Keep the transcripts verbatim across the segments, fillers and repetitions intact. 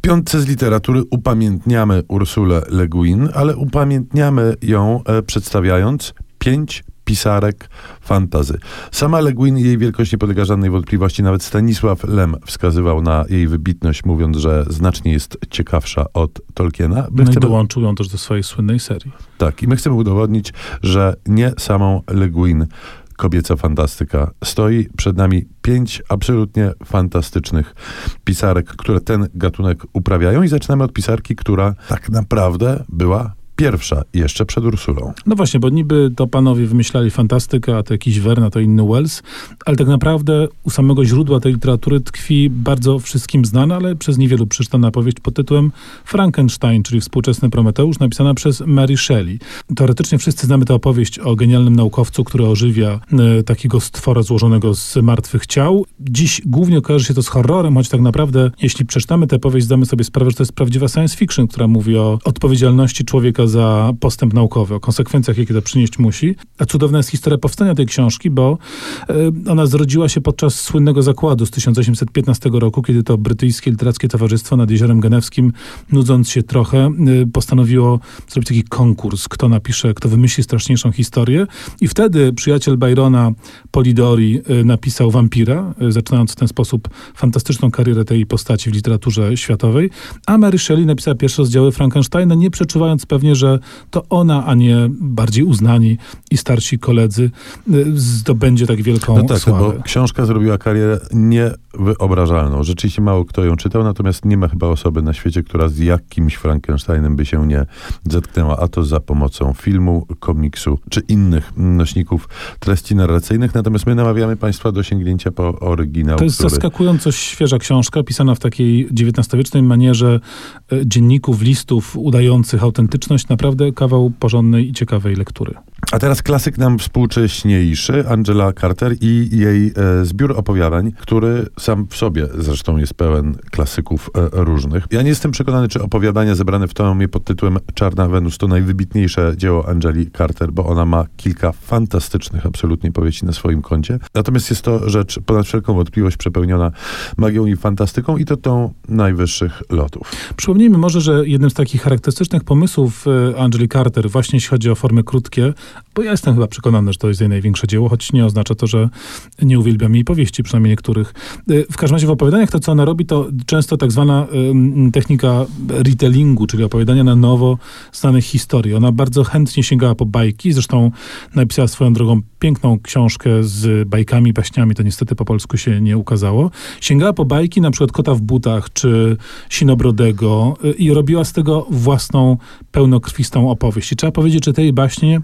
piątce z literatury upamiętniamy Ursulę Le Guin, ale upamiętniamy ją e, przedstawiając pięć pisarek fantasy. Sama Le Guin i jej wielkość nie podlega żadnej wątpliwości. Nawet Stanisław Lem wskazywał na jej wybitność, mówiąc, że znacznie jest ciekawsza od Tolkiena. My no chcemy... i dołączył ją też do swojej słynnej serii. Tak, i my chcemy udowodnić, że nie samą Le Guin kobieca fantastyka. Stoi przed nami pięć absolutnie fantastycznych pisarek, które ten gatunek uprawiają, i zaczynamy od pisarki, która tak naprawdę była pierwsza, jeszcze przed Ursulą. No właśnie, bo niby to panowie wymyślali fantastykę, a to jakiś Verne, a to inny Wells, ale tak naprawdę u samego źródła tej literatury tkwi bardzo wszystkim znana, ale przez niewielu przeczytana powieść pod tytułem Frankenstein, czyli współczesny Prometeusz, napisana przez Mary Shelley. Teoretycznie wszyscy znamy tę opowieść o genialnym naukowcu, który ożywia e, takiego stwora złożonego z martwych ciał. Dziś głównie kojarzy się to z horrorem, choć tak naprawdę, jeśli przeczytamy tę powieść, zdamy sobie sprawę, że to jest prawdziwa science fiction, która mówi o odpowiedzialności człowieka za postęp naukowy, o konsekwencjach, jakie to przynieść musi. A cudowna jest historia powstania tej książki, bo y, ona zrodziła się podczas słynnego zakładu z tysiąc osiemset piętnastego roku, kiedy to brytyjskie literackie towarzystwo nad Jeziorem Genewskim, nudząc się trochę, y, postanowiło zrobić taki konkurs, kto napisze, kto wymyśli straszniejszą historię. I wtedy przyjaciel Byrona, Polidori, y, napisał Wampira, y, zaczynając w ten sposób fantastyczną karierę tej postaci w literaturze światowej. A Mary Shelley napisała pierwsze rozdziały Frankensteina, nie przeczuwając pewnie, że to ona, a nie bardziej uznani i starsi koledzy zdobędzie tak wielką no tak, sławę. Bo książka zrobiła karierę niewyobrażalną. Rzeczywiście mało kto ją czytał, natomiast nie ma chyba osoby na świecie, która z jakimś Frankensteinem by się nie zetknęła, a to za pomocą filmu, komiksu, czy innych nośników treści narracyjnych. Natomiast my namawiamy państwa do sięgnięcia po oryginał. To jest który... zaskakująco świeża książka, pisana w takiej dziewiętnastowiecznej manierze dzienników, listów udających autentyczność. Naprawdę kawał porządnej i ciekawej lektury. A teraz klasyk nam współcześniejszy, Angela Carter i jej e, zbiór opowiadań, który sam w sobie zresztą jest pełen klasyków e, różnych. Ja nie jestem przekonany, czy opowiadania zebrane w tomie pod tytułem Czarna Wenus to najwybitniejsze dzieło Angeli Carter, bo ona ma kilka fantastycznych absolutnie powieści na swoim koncie. Natomiast jest to rzecz ponad wszelką wątpliwość przepełniona magią i fantastyką, i to tą najwyższych lotów. Przypomnijmy może, że jednym z takich charakterystycznych pomysłów Angeli Carter, właśnie jeśli chodzi o formy krótkie, bo ja jestem chyba przekonany, że to jest jej największe dzieło, choć nie oznacza to, że nie uwielbiam jej powieści, przynajmniej niektórych. W każdym razie w opowiadaniach to, co ona robi, to często tak zwana y, technika retellingu, czyli opowiadania na nowo znanych historii. Ona bardzo chętnie sięgała po bajki, zresztą napisała swoją drogą piękną książkę z bajkami, baśniami, to niestety po polsku się nie ukazało. Sięgała po bajki, na przykład Kota w butach, czy Sinobrodego, y, i robiła z tego własną, pełnokrwistą opowieść. I trzeba powiedzieć, że tej baśnie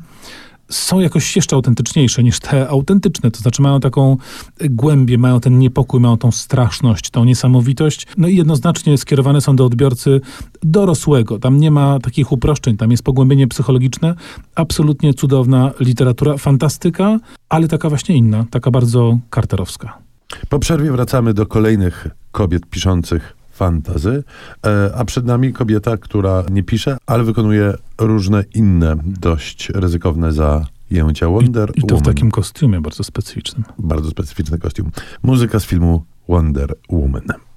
są jakoś jeszcze autentyczniejsze niż te autentyczne, to znaczy mają taką głębię, mają ten niepokój, mają tą straszność, tą niesamowitość, no i jednoznacznie skierowane są do odbiorcy dorosłego. Tam nie ma takich uproszczeń, tam jest pogłębienie psychologiczne, absolutnie cudowna literatura, fantastyka, ale taka właśnie inna, taka bardzo carterowska. Po przerwie wracamy do kolejnych kobiet piszących fantasy, a przed nami kobieta, która nie pisze, ale wykonuje różne inne, dość ryzykowne zajęcia. Wonder I, i to Woman. w takim kostiumie bardzo specyficznym. Bardzo specyficzny kostium. Muzyka z filmu Wonder Woman.